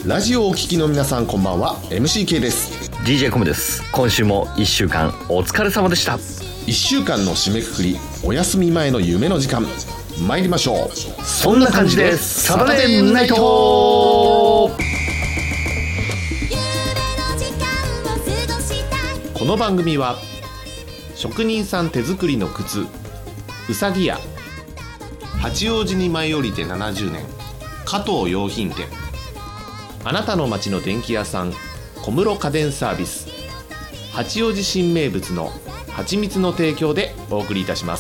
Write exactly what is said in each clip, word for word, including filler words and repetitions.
ラジオをお聞きの皆さんこんばんは。 エムシーケー です。 ディージェー コムです。今週もいっしゅうかんお疲れ様でした。 いっしゅうかんの締めくくり、お休み前の夢の時間、参りましょう。 そんな感じでサタデーナイト。 この番組は職人さん手作りの靴うさぎ屋、八王子に舞い降りてななじゅうねん加藤洋品店、あなたの街の電気屋さん小室家電サービス、八王子新名物の蜂蜜の提供でお送りいたします。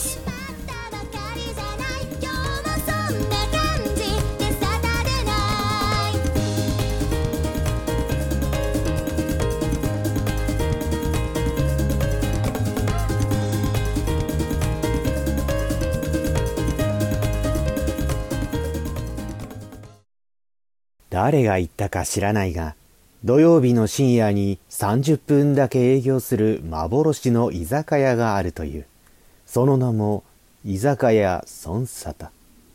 誰が言ったか知らないが、土曜日の深夜にさんじゅっぷんだけ営業する幻の居酒屋があるという。その名も居酒屋孫沙汰。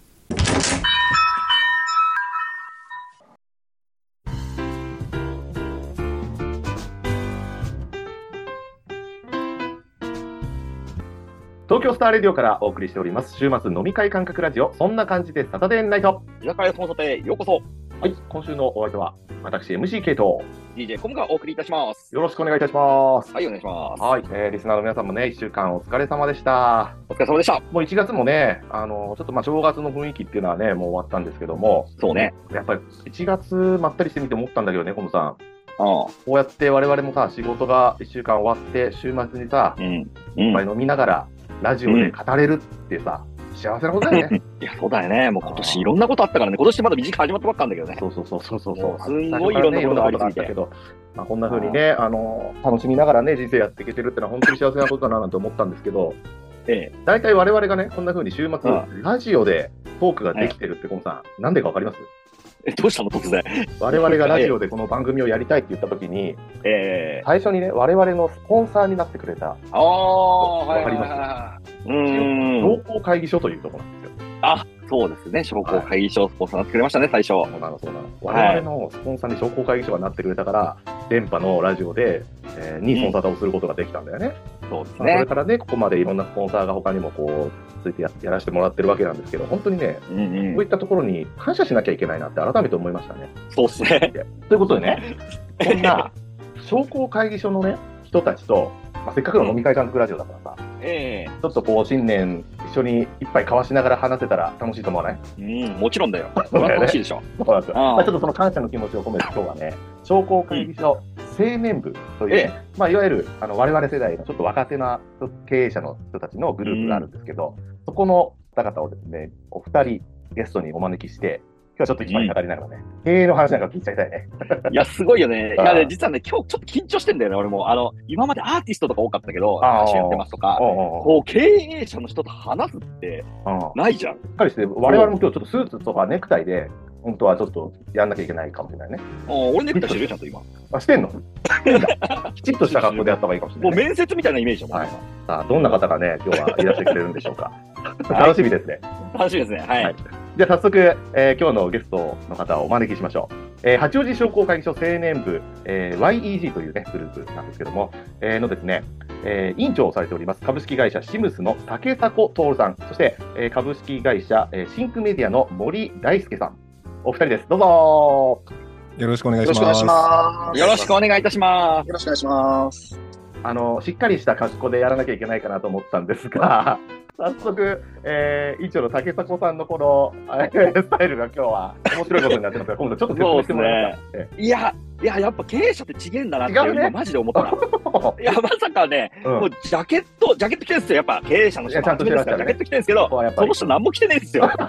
東京スターレディオからお送りしております週末飲み会感覚ラジオ、そんな感じでサタデーナイト。 居酒屋孫沙汰へようこそ。 はい、今週のお相手は私 エムシーケー とディージェー コムがお送りいたします。 よろしくお願いいたします。 はい、お願いします。 はい、えー、リスナーの皆さんもね、いっしゅうかんお疲れ様でした。 お疲れ様でした。 もういちがつもね、あのちょっとまあ正月の雰囲気っていうのはね、もう終わったんですけども、 そうね、 やっぱりいちがつまったりしてみて思ったんだけどね、コムさん。 ああ、 こうやって我々もさ、仕事がいっしゅうかん終わって週末にさ、 うん、 いっぱい飲みながらラジオで語れるってさ、うん、幸せなことだよね。 いや、そうだよね。もう今年いろんなことあったからね。今年まだ短く始まったばっかなんだけどね。 そうそうそうそうそうそう。 すんごいいろんなことがありすぎて。 けど、まあ、こんな風にね、あの楽しみながらね、人生やっていけてるってのは本当に幸せなことだななんて思ったんですけど、 ええ、 大体我々がね、こんな風に週末、 ああラジオでトークができてるって、コムさん、なんでかわかります？ え、どうしたの突然。 我々がラジオでこの番組をやりたいって言った時に、 ええ、 最初にね、我々のスポンサーになってくれた、 ああ、 わかります？ うーん。 商工会議所というところなんですよ。 あ、そうですね。商工会議所スポンサーになってくれましたね、最初。 そうなの、そうなの。我々のスポンサーに商工会議所がなってくれたから、電波のラジオで、えー、にスポンサーをすることができたんだよね。 そうですね。 それからね、ここまでいろんなスポンサーが他にもこう、ついて や, やらせてもらってるわけなんですけど、本当にね、 うんうん、 こういったところに感謝しなきゃいけないなって改めて思いましたね。 そうですね。 ということでね、こんな商工会議所のね、人たちと、まあ、せっかくの飲み会感覚ラジオだからさ、 ええ、 ちょっとこう新年一緒に一杯交わしながら話せたら楽しいと思わない？ うん、もちろんだよ。楽しいでしょ。 そうなんですよ。まあ、ちょっとその感謝の気持ちを込めて今日はね、商工会議所青年部という、ね、 ええ、 まあ、いわゆるあの我々世代のちょっと若手な経営者の人たちのグループがあるんですけど、うん、そこの方々をですね、お二人ゲストにお招きして、今日はちょっと一杯語りながらね、うん、経営の話なんか聞いちゃいたいね。 いや、すごいよね。いやね、実はね、今日ちょっと緊張してんだよね、俺も。あの、今までアーティストとか多かったけど、歌手やってますとか、こう、経営者の人と話すってないじゃん。しっかりして、我々も今日ちょっとスーツとかネクタイで、本当はちょっとやんなきゃいけないかもしれないね。 俺ネクタイしてるよ、ちゃんと今。 あ、してんの？きちっとした格好でやった方がいいかもしれない、ね。 もう面接みたいなイメージだもん、 はい。さあ、どんな方がね、今日はいらしてくれるんでしょうか。楽しみですね。 楽しみですね。はい。はい、 じゃあ早速、えー、今日のゲストの方をお招きしましょう。えー、八王子商工会議所青年部、えー、ワイイージー という、ね、グループなんですけども、えー、のですね、えー、委員長をされております株式会社シムスの竹迫徹さん、そして、えー、株式会社、えー、シンクメディアの森大輔さん、お二人です。どうぞよろしくお願いします。 よろしくお願いいたします。 よろしくお願いします。 あのしっかりした格好でやらなきゃいけないかなと思ったんですが、早速、えー、委員長の竹迫さんのこのスタイルが今日は面白いことになってますが、今度ちょっと説明してもらえますか。 ね、いや、いや、やっぱ経営者って違えんだなって、ね、今マジで思った。いや、まさかね、うん、もうジャケット、ジャケット着てるんですよ、やっぱ経営者の人、 ちゃんとしてますから、 ね、ジャケット着てるんですけど、その人何も着てないんですよ。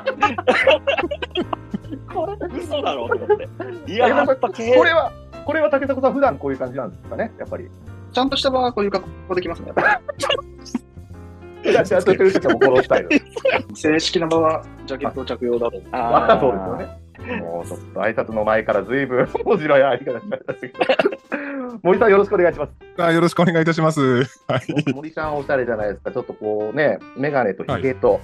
これ嘘だろうと思って。いや、やっぱ経営これは、これは竹迫さん、普段こういう感じなんですかね、やっぱり。 ちゃんとした場はこういう格好できますね。 ちゃんとしてるときはもうこのスタイル。 正式な場はジャケット着用だと。 ああ、そうですよね。もうちょっと挨拶の前からずいぶん面白い相方になりましたけど。森さんよろしくお願いします。 あ、よろしくお願いいたします。はい。 森さんおしゃれじゃないですか。ちょっとこうね、メガネとヒゲと、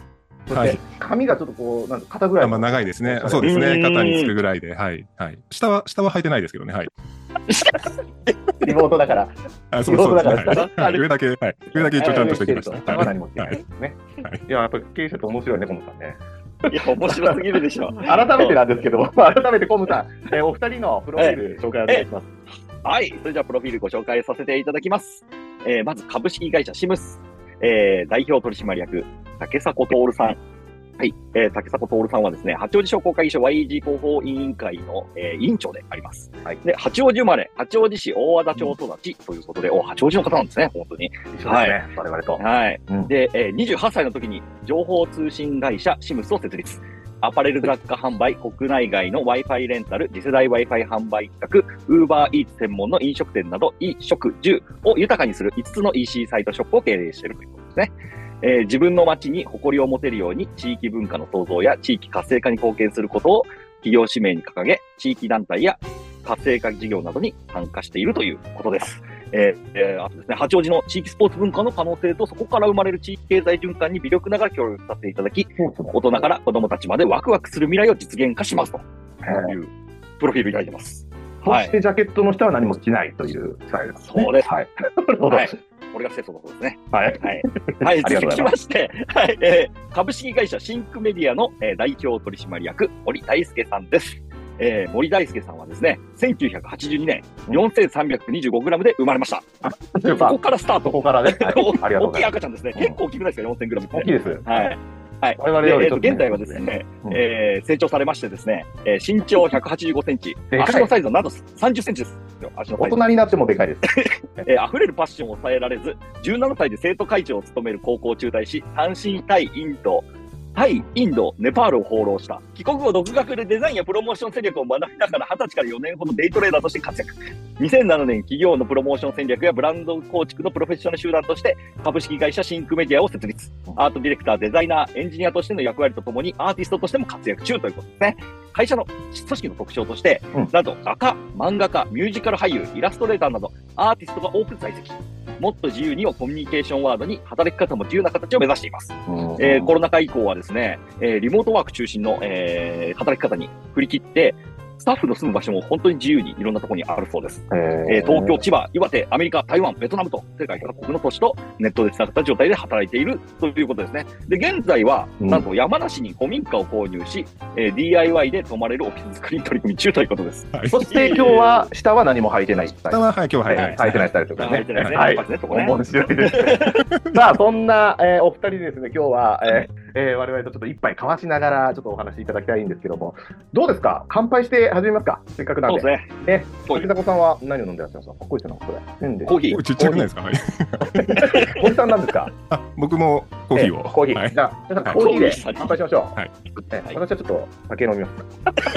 はい、髪がちょっとこう、なんか肩ぐらい。 まあ長いですね。そうですね。肩につくぐらいで、はい、はい。下は、下は履いてないですけどね、はい。 リモートだから。 あ、そうそうですね。はい、上だけ、はい、上だけ一応ちゃんとしてきました。 はい、何もしてないですね。いや、やっぱり経営者って面白いね、コムさんね。 いや、面白すぎるでしょ。 改めてなんですけど、改めてコムさん、えー、お二人のプロフィール紹介お願いします。 はい、それじゃあプロフィールご紹介させていただきます。えー、まず株式会社シムス、えー、代表取締役竹迫徹さん。はい、えー、竹迫徹さんはですね、八王子商工会議所 ワイイージー 広報委員会の、えー、委員長であります。はい。で、八王子生まれ、八王子市大和田町育ちということで、うん、お、八王子の方なんですね、本当に。 一緒ですね、 はい、 我々と。 はい。うん、で、えー、にじゅうはっさいの時に情報通信会社シムスを設立。アパレル雑貨販売、国内外の Wi-Fi レンタル、次世代 Wi-Fi 販売企画、Uber Eats 専門の飲食店など、衣食住を豊かにするいつつの イーシー サイトショップを経営しているということですね。えー、自分の街に誇りを持てるように地域文化の創造や地域活性化に貢献することを企業使命に掲げ、地域団体や活性化事業などに参加しているということです。えーえー、あとですね、八王子の地域スポーツ文化の可能性とそこから生まれる地域経済循環に微力ながら協力させていただき、大人から子供たちまでワクワクする未来を実現化しますというプロフィールいただいています。 そしてジャケットの下は何もしないというスタイルですね。 そうです。 はい。 はい。これが清楚のことですね。 はい。 はい。はい。続きまして、はい。えー、株式会社シンクメディアの、えー、代表取締役、森大輔さんです。えー、森大輔さんはですね、せんきゅうひゃくはちじゅうにねん、よんせんさんびゃくにじゅうごグラムで生まれました。そこからスタート。 ここからね。はい、ありがとうございます。 大きい赤ちゃんですね。結構大きくないですか、よんせんグラムって。 大きいです。 はい。はい。 我々よりちょっと、ね、 現在はですね、うん、えー、成長されましてですね、えー、身長ひゃくはちじゅうごセンチ、足のサイズはなんとさんじゅっセンチです。足のサイズ。 大人になってもでかいです。 えー、溢れるパッションを抑えられず、じゅうななさいで生徒会長を務める高校を中退し、単身対インド、タイ、インド、ネパールを放浪した。帰国後、独学でデザインやプロモーション戦略を学びながらはたちからよねんほどデイトレーダーとして活躍。にせんななねん、企業のプロモーション戦略やブランド構築のプロフェッショナル集団として株式会社シンクメディアを設立。アートディレクター、デザイナー、エンジニアとしての役割とともにアーティストとしても活躍中ということですね。会社の組織の特徴として、うん、なんと画家、漫画家、ミュージカル俳優、イラストレーターなどアーティストが多く在籍。もっと自由にをコミュニケーションワードに働き方も自由な形を目指しています。えー、コロナ禍以降はですね、えー、リモートワーク中心の、えー、働き方に振り切って、スタッフの住む場所も本当に自由にいろんなところにあるそうです。えー、東京、千葉、岩手、アメリカ、台湾、ベトナムと世界各国の都市とネットでつながった状態で働いているということですね。で、現在は、なんと山梨に古民家を購入し、えー、ディーアイワイ で泊まれるオフィス作りに取り組み中ということです。 はい、そして今日は、下は何も履いてない。 下は、はい、今日は履いてない。 履いてないスタイルとかね。 履いてないですね。 はい。面白いですね。さあ、そんな、えー、お二人ですね、今日は、えーえー、我々とちょっと一杯交わしながら、ちょっとお話しいただきたいんですけども、どうですか？乾杯して始めますか？せっかくなんで。 そうですね。 ね、竹迫さんは何を飲んでらっしゃいますか？かっこいいですよね、これ。 コーヒー。 ちっちゃくないですか？はい。 森さんなんですか？ あ、僕もコーヒーを。 コーヒー。じゃあ、皆さんコーヒーで乾杯しましょう。 はい。 私はちょっと酒飲みます。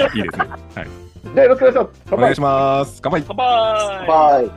いいですね。はい。 じゃあ、よろしくお願いします。 お願いします。乾杯。 乾杯。 乾杯。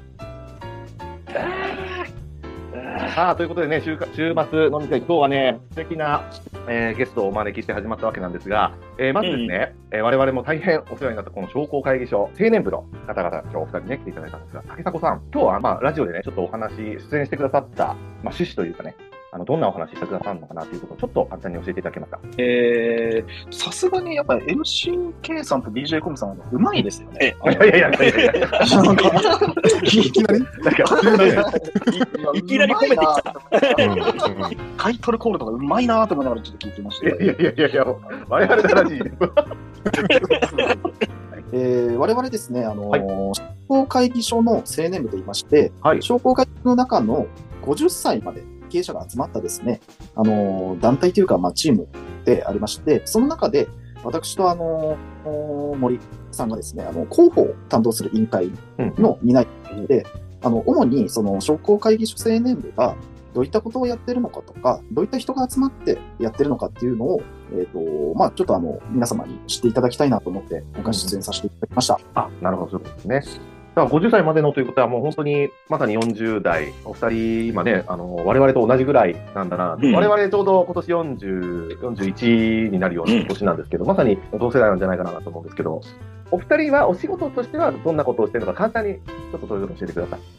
さあ、ということでね、週、週末飲み会、今日はね、素敵な、えー、ゲストをお招きして始まったわけなんですが、えー、まずですね、うん、えー、我々も大変お世話になったこの商工会議所青年部の方々、今日お二人ね、来ていただいたんですが、竹迫さん、今日はまあ、ラジオでね、ちょっとお話、出演してくださった、まあ、趣旨というかね、あの、どんなお話してくださるのかなということを、ちょっと簡単に教えていただけますか。 えー、さすがにやっぱり エムシーケー さんと ディージェー コムさんはうまいですよね。 いやいやいやいやいやいきなりいきなり褒めてきた。 タイトルコールとかうまいなと思いながらちょっと聞いてました。 いやいやいやいや、我々の話。 えー、我々ですね、あのーはい、商工会議所の青年部といいまして、はい、商工会議所の中のごじゅっさいまで経営者が集まったですね、あのー、団体というか、まあ、チームでありまして、その中で私とあのー、森さんがですね、あの広報を担当する委員会の担いで、うん、あの主にその商工会議所青年部がどういったことをやってるのかとか、どういった人が集まってやってるのかっていうのを、えっと、まあ、ちょっとあの、皆様に知っていただきたいなと思って、今回出演させていただきました。 あ、なるほど、そうですね。だからごじゅっさいまでのということは、もう本当にまさによんじゅう代、お二人、今ね、あの我々と同じぐらいなんだな、うん、我々ちょうど今年よんじゅう、よんじゅういちになるような年なんですけど、うん、まさに同世代なんじゃないかなと思うんですけど、お二人はお仕事としてはどんなことをしているのか、簡単にちょっとそれぞれ教えてください。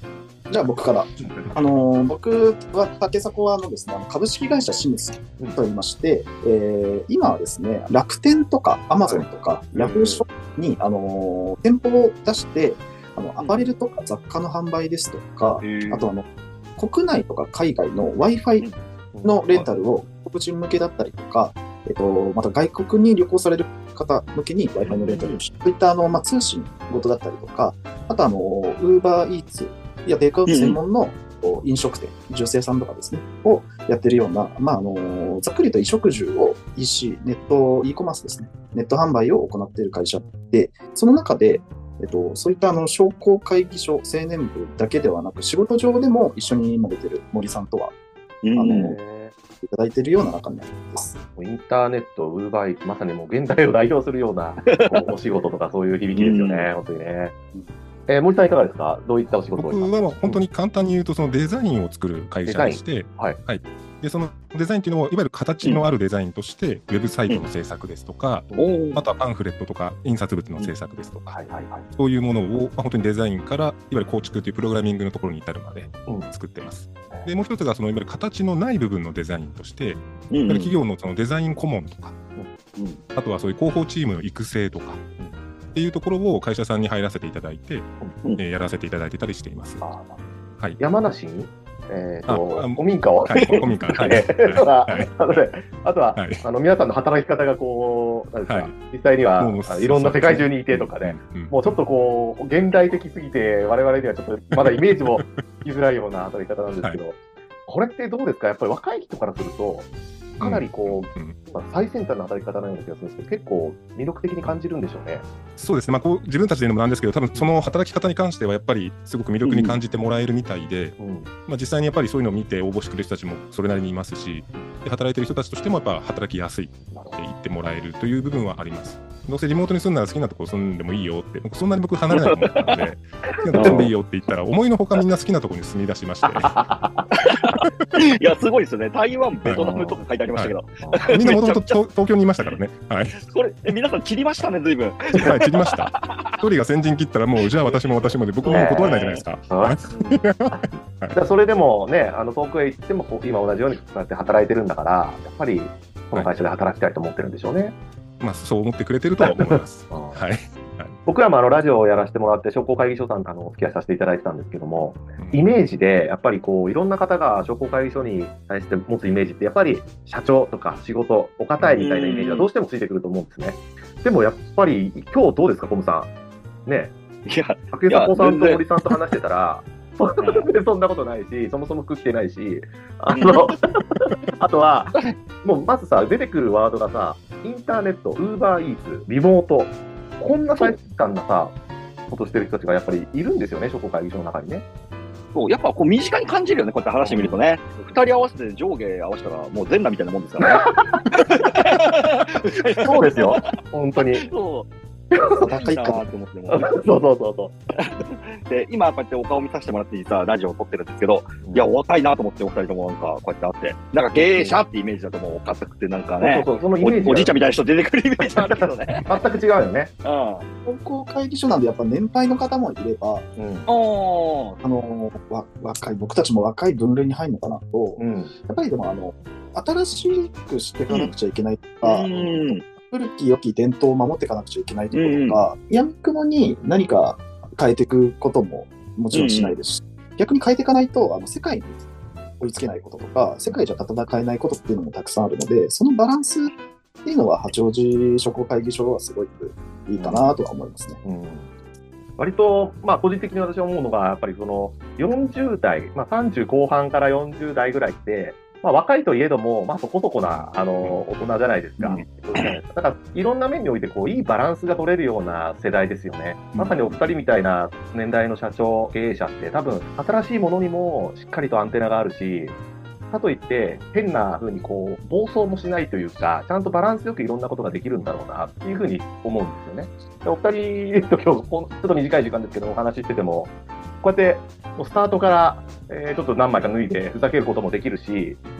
じゃあ僕から。あのー、僕は竹迫はあのですね、株式会社シムスと言いまして、えー、今はですね、楽天とかアマゾンとかヤフーショップに、あのー、店舗を出して、あのアパレルとか雑貨の販売ですとか、あとあの国内とか海外の Wi-Fi のレンタルを国人向けだったりとか、えっと、また外国に旅行される方向けに Wi-Fi のレンタルをして、そういったあの、まあ、通信事だったりとか、あとあの、Uber Eats やテイクアウト専門の飲食店、女性さんとかですね、をやってるような、まあ、あの、ざっくりと衣食住を イーシー、ネット、e コマースですね、ネット販売を行っている会社で、その中で、えっと、そういったあの商工会議所青年部だけではなく、仕事上でも一緒に今出てる森さんとは、あの、いただいているような中身です。 インターネット、ウーバーイーツ、まさにもう現代を代表するようなお仕事とかそういう響きですよね、本当にね。えー、森さんいかがですか？どういったお仕事を？ 僕はもう本当に簡単に言うと、そのデザインを作る会社でして、はいはい、でそのデザインというのも、いわゆる形のあるデザインとして、うん、ウェブサイトの制作ですとか、うん、あとはパンフレットとか印刷物の制作ですとか、うんはいはいはい、そういうものを、まあ、本当にデザインから、いわゆる構築というプログラミングのところに至るまで作ってます。うん、でもう一つがそのいわゆる形のない部分のデザインとして、うんうん、企業のそのデザイン顧問とか、うん、あとはそういう広報チームの育成とか、っていうところを会社さんに入らせていただいて、うんえー、やらせていただいてたりしています。 あはい、山梨に、えー、と古民家を、 はい、古民家、はい、 あとは、はい、あの皆さんの働き方がこう、なんですか、はい、実際にはいろんな世界中にいてとかで、うん、もうちょっとこう現代的すぎて我々にはちょっとまだイメージもつきづらいような働き方なんですけど、はい、これってどうですか？やっぱり若い人からするとかなりこう、うんまあ、最先端の働き方のような気がするんですけど、結構魅力的に感じるんでしょうね。 そうですね、まあ、こう自分たちで言うのもなんですけど、多分その働き方に関してはやっぱりすごく魅力に感じてもらえるみたいで、うんまあ、実際にやっぱりそういうのを見て応募してくれる人たちもそれなりにいますし、で働いている人たちとしてもやっぱ働きやすいって言ってもらえるという部分はあります。どうせリモートに住んだら好きなところ住んでもいいよって、そんなに僕離れないと思ったので、好きなところ住んでいいよって言ったら、思いのほかみんな好きなところに住み出しまして。 いや、すごいですよね。台湾、ベトナムとか書いてありましたけど。 はいはい、みんなもともと東京にいましたからね。はい、 これ、え皆さん切りましたね、ずいぶん。 はい、切りました。一人が先陣切ったら、もう、じゃあ私も私もで、僕ももう断れないじゃないですか。はい、 じゃあそれでもね、あの遠くへ行っても、今同じようにこうやって働いてるんだから、やっぱり、この会社で働きたいと思ってるんでしょうね。はいまあ、そう思ってくれてるとは思います。はい、 僕らもあのラジオをやらせてもらって、商工会議所さんとあのお付き合いさせていただいてたんですけども、うん、イメージでやっぱりこういろんな方が商工会議所に対して持つイメージって、やっぱり社長とか仕事、お堅いみたいなイメージがどうしてもついてくると思うんですね。でもやっぱり、今日どうですか、コムさん。ね、竹迫さんと森さんと話してたら、そんなことないし、そもそも食ってないし、あのあとは、もうまずさ、出てくるワードがさ、インターネット、ウーバーイーツ、リモート、こんな最先端なさ、ことしてる人たちがやっぱりいるんですよね、商工会議所の中にね。 そうやっぱこう身近に感じるよね、こうやって話してみるとね。二人合わせて上下合わせたら、もう全裸みたいなもんですからね。 そうですよ、本当に。 そう高いかなって思っても。 そうそうそうそう。 で、今こうやってお顔見させてもらって実はラジオを撮ってるんですけど、うん、いや、お若いなと思って、お二人ともなんかこうやってあって、なんか経営者ってイメージだともう若くてなんかね、 そうそうそうそのイメージお, おじいちゃんみたいな人出てくるイメージなんだけどね。 全く違うよね。 うん。商工会議所なんでやっぱ年配の方もいれば、うん、あのわ若い僕たちも若い分類に入るのかなと、うん、やっぱりでもあの新しくしていかなくちゃいけないとか。うんうん古き良き伝統を守っていかなくちゃいけないところとか、やみくもに何か変えていくことももちろんしないですし、うん、逆に変えていかないとあの世界に追いつけないこととか、世界じゃ戦えないことっていうのもたくさんあるので、そのバランスっていうのは八王子商工会議所はすごくいいかなとは思いますね。うんうん割と、まあ、個人的に私は思うのが、やっぱりそのよんじゅう代、まあ、さんじゅう後半からよんじゅう代ぐらいって、まあ、若いといえども、まあ、そこそこなあの大人じゃないですか。うん、だからいろんな面においてこういいバランスが取れるような世代ですよね。まさにお二人みたいな年代の社長、経営者って多分新しいものにもしっかりとアンテナがあるし、かといって変な風にこう暴走もしないというか、ちゃんとバランスよくいろんなことができるんだろうなっていう風に思うんですよね。でお二人と今日ちょっと短い時間ですけどお話ししてても、こうやってもうスタートから、えー、ちょっと何枚か脱いでふざけることもできるし、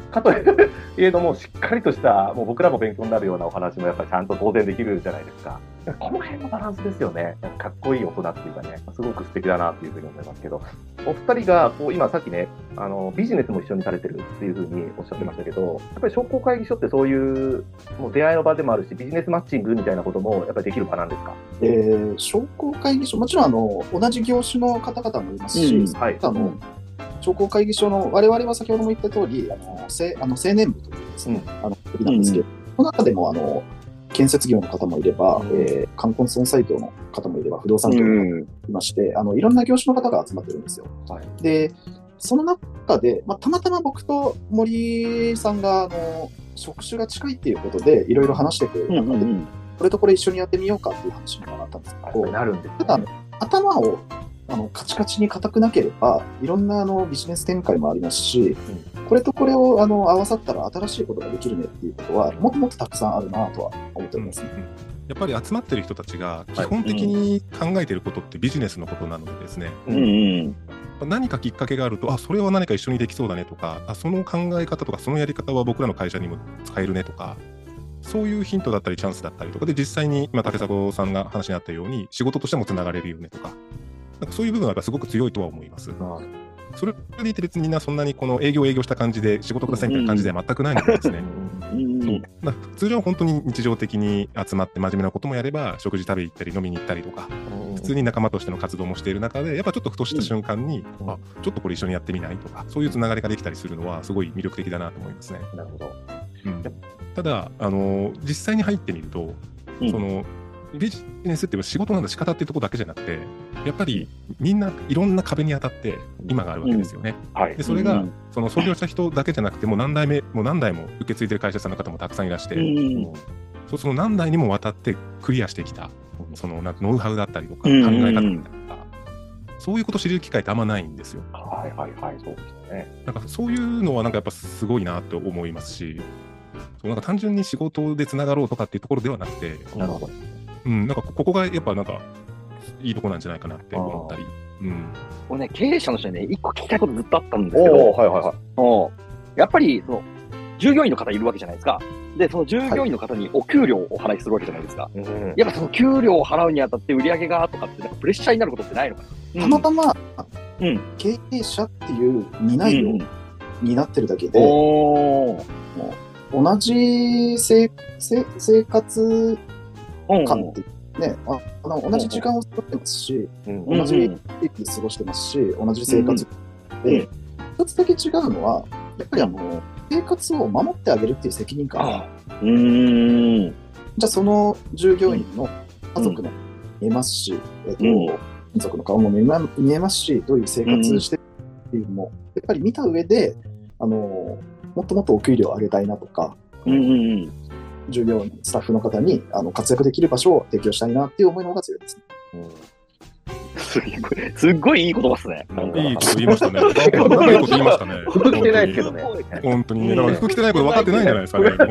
かといえども、しっかりとした、もう僕らも勉強になるようなお話もやっぱりちゃんと当然できるじゃないですか。この辺のバランスですよね。かっこいい大人っていうかね、すごく素敵だなっていうふうに思いますけど、お二人がこう今さっきね、あのビジネスも一緒にされてるっていうふうにおっしゃってましたけど、やっぱり商工会議所ってそういうもう出会いの場でもあるし、ビジネスマッチングみたいなこともやっぱりできる場なんですか？ えー、商工会議所、もちろんあの同じ業種の方々もいますし、うん、はい、あの商工会議所の我々は先ほども言った通り、あのせあの青年部というですね、うん、あの部なんですけど、うん、この中でもあの建設業の方もいれば、うん、えー、冠婚葬祭業の方もいれば、不動産業もいまして、うん、あのいろんな業種の方が集まってるんですよ。はい、で、その中で、まあ、たまたま僕と森さんがあの職種が近いっていうことで、いろいろ話していく中で、うんうん、これとこれ一緒にやってみようかっていう話になったんですけど、 なるんですね、 ただ頭をあのカチカチに硬くなければ、いろんなあのビジネス展開もありますし、うん、これとこれをあの合わさったら新しいことができるねっていうことは、もっともっとたくさんあるなとは思っております、ね、うんうん。 やっぱり集まってる人たちが基本的に考えていることってビジネスのことなのでですね、うんうんうん、何かきっかけがあると、あ、それは何か一緒にできそうだねとか、あ、その考え方とかそのやり方は僕らの会社にも使えるねとか、そういうヒントだったりチャンスだったりとかで、実際に今竹迫さんが話にあったように仕事としてもつながれるよねとか、なんかそういう部分はやっぱすごく強いとは思います。それでいて別にみんなそんなにこの営業営業した感じで仕事くださいみたいな感じでは全くないのでですね、そうだ通常は本当に日常的に集まって真面目なこともやれば、食事食べ行ったり飲みに行ったりとか、普通に仲間としての活動もしている中で、やっぱちょっとふとした瞬間に、うん、あ、ちょっとこれ一緒にやってみないとか、そういうつながりができたりするのはすごい魅力的だなと思いますね。 なるほど。 うん、ただあの実際に入ってみると、うん、そのビジネスっていう仕事なんだ仕方っていうところだけじゃなくて、やっぱりみんないろんな壁に当たって今があるわけですよね。うん、はい、でそれが、うん、その創業した人だけじゃなくて、もう何代目もう何代も受け継いでる会社さんの方もたくさんいらして、うん、そ, その何代にもわたってクリアしてきたそのなんノウハウだったりとか考え方だったりとか、うん、そういうことを知る機会ってあんまないんですよ。 はいはいはい、そうですね。 なんかそういうのはなんかやっぱすごいなと思いますし、そうなんか単純に仕事でつながろうとかっていうところではなくて、 なるほど。 うん、なんかここがやっぱなんかいいとこなんじゃないかなって思ったり。うん、 これね、経営者の人にね、一個聞きたいことずっとあったんですけど、はいはいはい、やっぱりその従業員の方いるわけじゃないですか。で、その従業員の方にお給料をお払いするわけじゃないですか。はい、やっぱその給料を払うにあたって売り上げがとかってなんかプレッシャーになることってないのかな。 たまたま、うん、経営者っていう担いを担ってるだけで、うん、もう同じ生生活感ってね、ああの同じ時間を過ごしてますし、うん、同じ日々過ごしてますし、同じ生活で、うん、一つだけ違うのは、やっぱりあの生活を守ってあげるっていう責任感が、うーん、じゃあその従業員の家族も見えますし、うん、えっと、親族の顔も見えますし、どういう生活してるっていうのも、やっぱり見た上で、あのもっともっとお給料を上げたいなとか、うんうんうん、従業員、スタッフの方にあの活躍できる場所を提供したいなっていう思いの方が強いですね。うん、 すごい、すっごいいい言葉ですね。 いいこと言いましたね。なんかいいこと言いましたね。 服着てないですけどね。 本当にね。だから服着てないこと分かってないんじゃないですかね。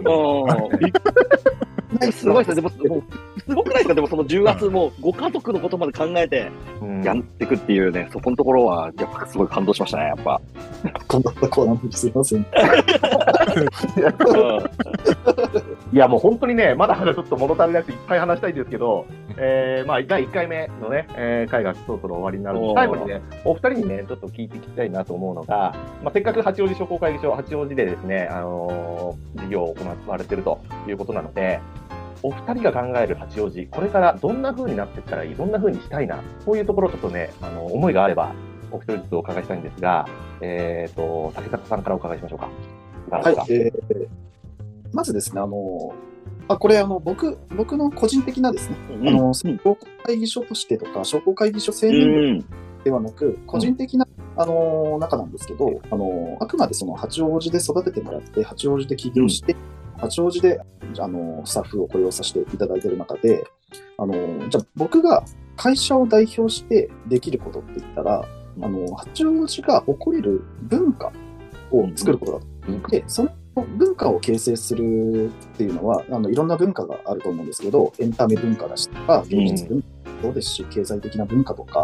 すごいですね。でも、すごくないですか。でもそのじゅうがつもご家族のことまで考えてやっていくっていうね、そこのところはやっぱすごい感動しましたね。やっぱ。 こんなところなんですいません。 いやもう本当にね、まだまだちょっと物足りなくていっぱい話したいんですけど、えー、まあだいいっかいめのね、えー、会がそろそろ終わりになるので、最後にね、お二人にね、ちょっと聞いていきたいなと思うのが、まあ、せっかく八王子商工会議所、八王子でですね、あのー、事業を行われているということなので、お二人が考える八王子、これからどんな風になっていったらいい、どんな風にしたいな、そういうところちょっとね、あの思いがあれば、お一人ずつお伺いしたいんですが、えーと、竹迫さんからお伺いしましょうか。 はい、えー、まずですね、あのあこれあの僕、僕の個人的なですね、うん、あの商工会議所としてとか、商工会議所青年部ではなく、うん、個人的な、あの中なんですけど、あのあくまでその八王子で育ててもらって、八王子で起業して、うん、八王子であのスタッフを雇用させていただいている中で、あのじゃあ僕が会社を代表してできることって言ったら、あの八王子が誇れる文化を作ることだと。うん、でその文化を形成するっていうのは、あのいろんな文化があると思うんですけど、エンタメ文化だしとか、芸術文化もそうですし、経済的な文化とか、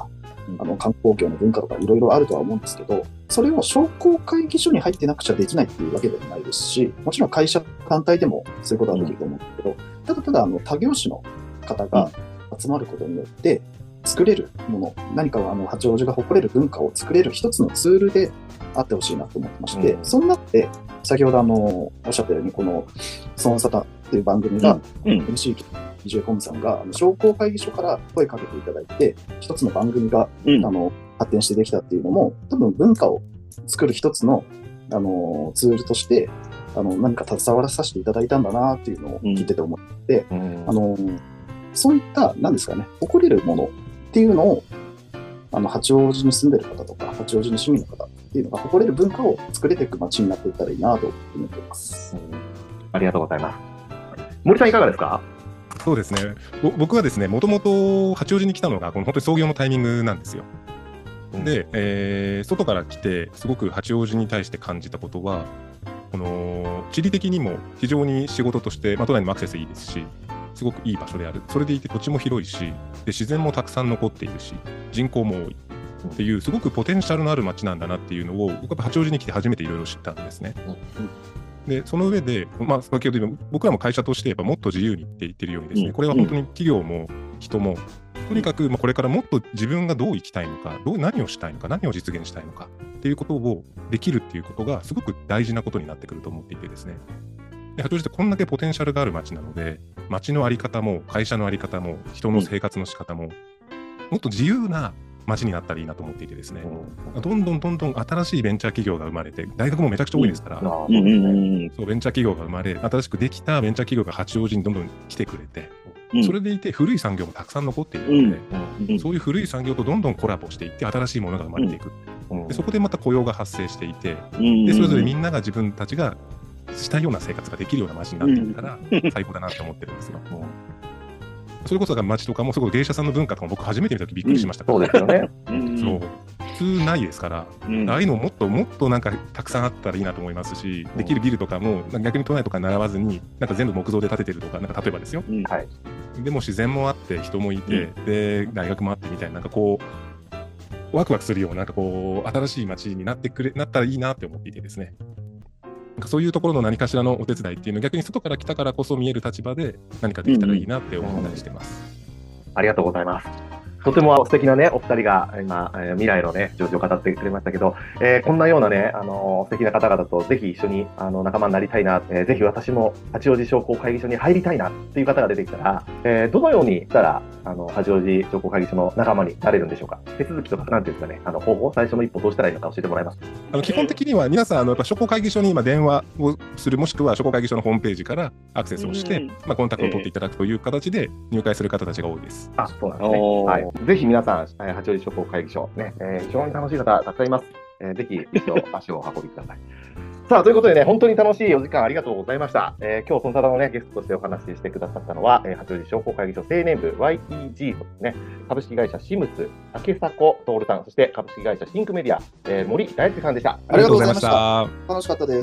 あの観光業の文化とかいろいろあるとは思うんですけど、それを商工会議所に入ってなくちゃできないっていうわけではないですし、もちろん会社単体でもそういうことはできると思うんですけど、ただただあの他業種の方が集まることによって作れるもの、何かあの八王子が誇れる文化を作れる一つのツールであってほしいなと思ってまして、うん、その中で先ほどあのおっしゃったようにこのソンサタっていう番組が、うん、エムシー ビージェー コムさんがあの商工会議所から声かけていただいて一つの番組が、うん、あの発展してできたっていうのも多分文化を作る一つの、あのツールとしてあの何か携わらさせていただいたんだなっていうのを聞いてて思って、うん、あのそういった何ですかね、誇れるものっていうのをあの八王子に住んでる方とか八王子の市民の方っていうのが誇れる文化を作れていく街になっていったらいいなと思っています、うん、 ありがとうございます。森さんいかがですか？ そうですね、僕はですね、もともと八王子に来たのがこの本当に創業のタイミングなんですよ。で、えー、外から来てすごく八王子に対して感じたことは、この地理的にも非常に仕事として、まあ、都内にもアクセスいいですし、すごくいい場所である。それでいて土地も広いし、で自然もたくさん残っているし、人口も多いっていうすごくポテンシャルのある街なんだなっていうのを僕は八王子に来て初めていろいろ知ったんですね。でその上で、まあ、先ほど言った僕らも会社としてやっぱもっと自由にって言ってるようにですね、これは本当に企業も人もとにかくまあこれからもっと自分がどう生きたいのか、どう何をしたいのか、何を実現したいのかっていうことをできるっていうことがすごく大事なことになってくると思っていてですね。で八王子ってこんだけポテンシャルがある街なので、街の在り方も会社の在り方も人の生活の仕方ももっと自由な街になったらいいなと思っていてですね、どんどんどんどん新しいベンチャー企業が生まれて、大学もめちゃくちゃ多いですから、うんそうベンチャー企業が生まれ、新しくできたベンチャー企業が八王子にどんどん来てくれて、うん、それでいて古い産業もたくさん残っているので、うん、そういう古い産業とどんどんコラボしていって新しいものが生まれていく、うん、でそこでまた雇用が発生していて、うん、でそれぞれみんなが自分たちがしたいような生活ができるような街になっていったら最高だなって思ってるんですよ。うんそれこそが街とかも、そこ芸者さんの文化とかも僕初めて見たときびっくりしましたから、 うん、そうですよね。 そう普通ないですから、うん、ああいうのもっともっとなんかたくさんあったらいいなと思いますし、うん、できるビルとかも逆に都内とかに並ばずになんか全部木造で建ててるとか、なんか例えばですよ、うんはい、でも自然もあって人もいて、うん、で大学もあってみたいな、なんかこうワクワクするようななんかこう新しい街になってくれなったらいいなって思っていてですね。なんかそういうところの何かしらのお手伝いっていうのを逆に外から来たからこそ見える立場で何かできたらいいなって思ったりしてます、 うんうん、ありがとうございます。とても素敵なねお二人が今、えー、未来のね状況を語ってくれましたけど、えー、こんなようなねあのー、素敵な方々とぜひ一緒にあの仲間になりたいな、えー、ぜひ私も八王子商工会議所に入りたいなっていう方が出てきたら、えー、どのようにしたらあの八王子商工会議所の仲間になれるんでしょうか。手続きとかなんていうんですかね、あの方法、最初の一歩どうしたらいいのか教えてもらえますか。 あの基本的には皆さんあのやっぱ商工会議所に今電話をする、もしくは商工会議所のホームページからアクセスをして、まあ、コンタクトを取っていただくという形で入会する方たちが多いです。 あ、そうなんですね。はい、ぜひ皆さん八王子商工会議所ね、えー、非常に楽しい方たくさんいます。えー、ぜひ一度足をお運びください。さあということでね、本当に楽しいお時間ありがとうございました。えー、今日その方のねゲストとしてお話ししてくださったのは、えー、八王子商工会議所青年部 ワイティージー とですね、株式会社シムス竹迫徹さん、そして株式会社シンクメディア、えー、森大輔さんでした。 ありがとうございました。楽しかったです。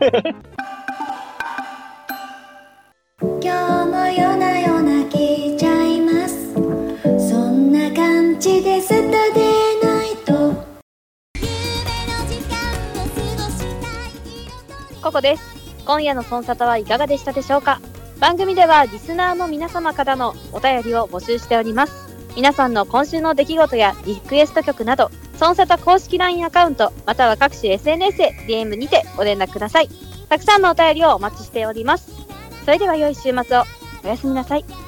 今日も夜な夜な聞いちゃいます。そんな感じでスタデーナイト。 ここです。今夜のソンサタはいかがでしたでしょうか。番組ではリスナーの皆様からのお便りを募集しております。皆さんの今週の出来事やリクエスト曲など、ソンサタ公式 ライン アカウントまたは各種 エスエヌエス で ディーエム にてご連絡ください。たくさんのお便りをお待ちしております。それでは良い週末を。おやすみなさい。